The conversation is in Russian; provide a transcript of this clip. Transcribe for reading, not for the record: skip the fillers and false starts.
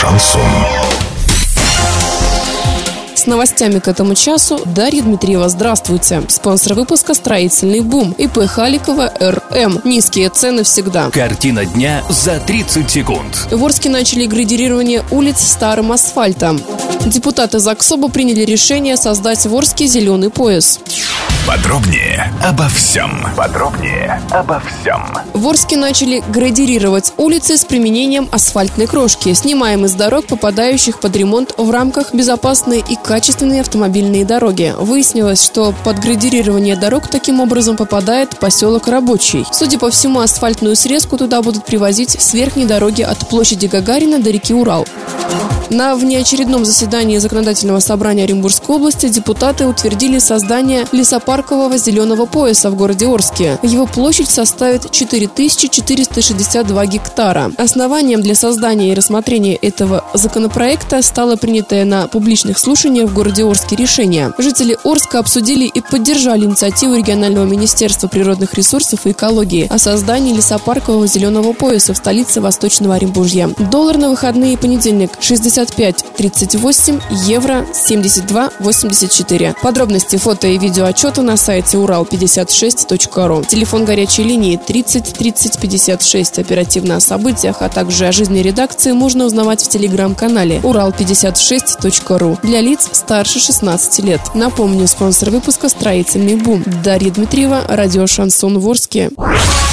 Шансон. С новостями к этому часу Дарья Дмитриева. Здравствуйте. Спонсор выпуска «Строительный бум». ИП Халикова РМ. Низкие цены всегда. Картина дня за 30 секунд. В Орске начали градирирование улиц старым асфальтом. Депутаты ЗАГСОБа приняли решение создать в Орске зеленый пояс. Подробнее обо всем. В Орске начали градирировать улицы с применением асфальтной крошки. Снимаем из дорог, попадающих под ремонт в рамках безопасной и качественной автомобильной дороги. Выяснилось, что под градирирование дорог таким образом попадает поселок Рабочий. Судя по всему, асфальтную срезку туда будут привозить с верхней дороги от площади Гагарина до реки Урал. На внеочередном заседании Законодательного собрания Оренбургской области депутаты утвердили создание лесопаркового зеленого пояса в городе Орске. Его площадь составит 4462 гектара. Основанием для создания и рассмотрения этого законопроекта стало принятое на публичных слушаниях в городе Орске решение. Жители Орска обсудили и поддержали инициативу регионального министерства природных ресурсов и экологии о создании лесопаркового зеленого пояса в столице Восточного Оренбуржья. Доллар на выходные и понедельник 65.38, евро 72.84. Подробности, фото и видеоотчеты на сайте урал56.ру. Телефон горячей линии 30 30 56. Оперативно о событиях, а также о жизни редакции можно узнавать в телеграм-канале урал56.ру для лиц старше 16 лет. Напомню, спонсор выпуска «Строительный бум». Дарья Дмитриева, радио «Шансон» в Орске.